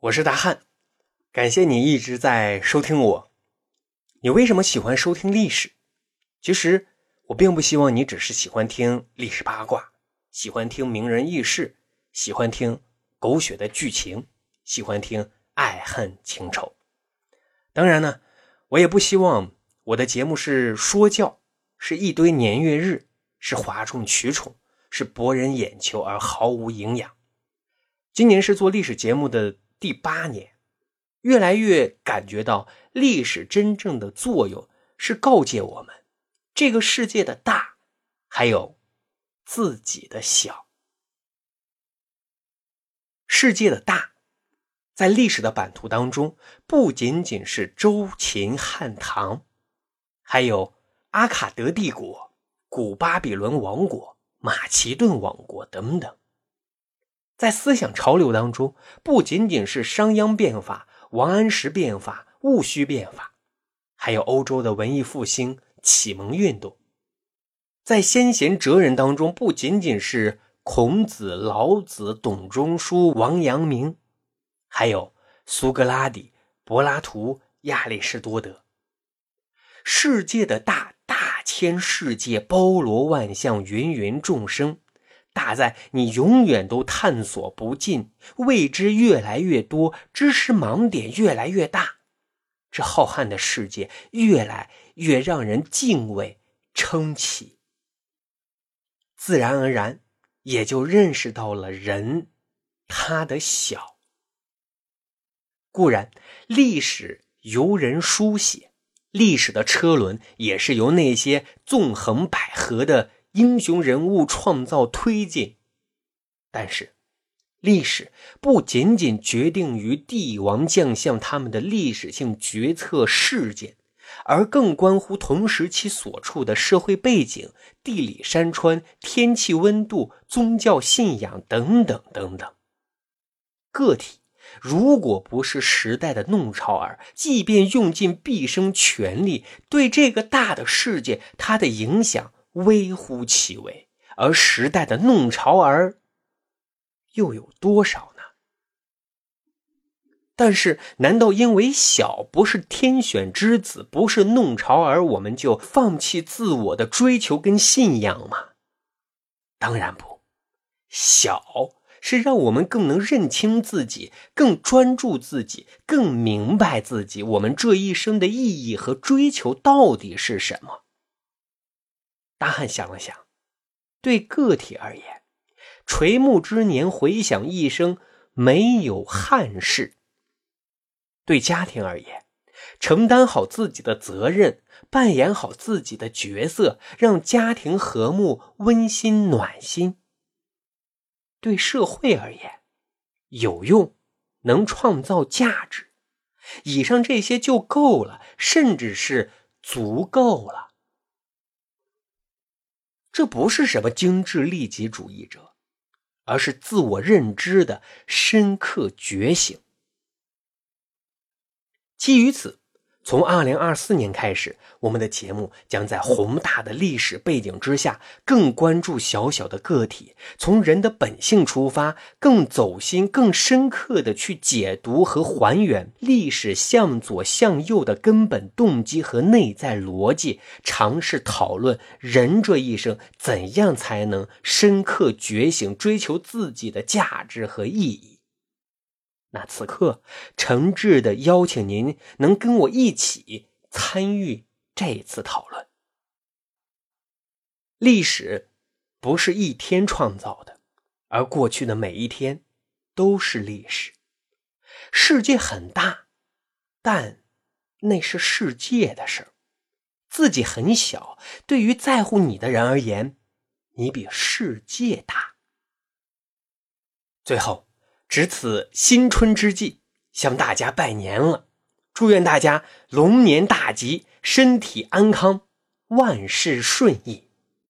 我是大汉，感谢你一直在收听我。你为什么喜欢收听历史？其实我并不希望你只是喜欢听历史八卦，喜欢听名人轶事，喜欢听狗血的剧情，喜欢听爱恨情仇。当然呢，我也不希望我的节目是说教，是一堆年月日，是哗众取宠，是博人眼球而毫无营养。今年是做历史节目的第8年，越来越感觉到历史真正的作用是告诫我们这个世界的大，还有自己的小。世界的大，在历史的版图当中，不仅仅是周秦汉唐，还有阿卡德帝国、古巴比伦王国、马其顿王国等等。在思想潮流当中，不仅仅是商鞅变法、王安石变法、戊戌变法，还有欧洲的文艺复兴、启蒙运动。在先贤哲人当中，不仅仅是孔子、老子、董仲舒、王阳明，还有苏格拉底、柏拉图、亚里士多德。世界的大，大千世界，包罗万象，芸芸众生，大在你永远都探索不尽，未知越来越多，知识盲点越来越大。这浩瀚的世界越来越让人敬畏称奇，自然而然也就认识到了人他的小。固然历史由人书写，历史的车轮也是由那些纵横捭阖的英雄人物创造推进，但是历史不仅仅决定于帝王将相他们的历史性决策事件，而更关乎同时期所处的社会背景、地理山川、天气温度、宗教信仰等等等等。个体如果不是时代的弄潮儿，即便用尽毕生全力，对这个大的世界，它的影响微乎其微，而时代的弄潮儿又有多少呢？但是难道因为小不是天选之子，不是弄潮儿，我们就放弃自我的追求跟信仰吗？当然不，小是让我们更能认清自己，更专注自己，更明白自己，我们这一生的意义和追求到底是什么。大汉想了想，对个体而言，垂暮之年回想一生，没有憾事；对家庭而言，承担好自己的责任，扮演好自己的角色，让家庭和睦、温馨、暖心；对社会而言，有用，能创造价值。以上这些就够了，甚至是足够了。这不是什么精致利己主义者，而是自我认知的深刻觉醒。基于此，从2024年开始，我们的节目将在宏大的历史背景之下，更关注小小的个体，从人的本性出发，更走心、更深刻地去解读和还原历史向左向右的根本动机和内在逻辑，尝试讨论人这一生怎样才能深刻觉醒，追求自己的价值和意义。那此刻诚挚地邀请您能跟我一起参与这次讨论。历史不是一天创造的，而过去的每一天都是历史。世界很大，但那是世界的事儿。自己很小，对于在乎你的人而言，你比世界大。最后值此新春之际，向大家拜年了，祝愿大家龙年大吉，身体安康，万事顺意。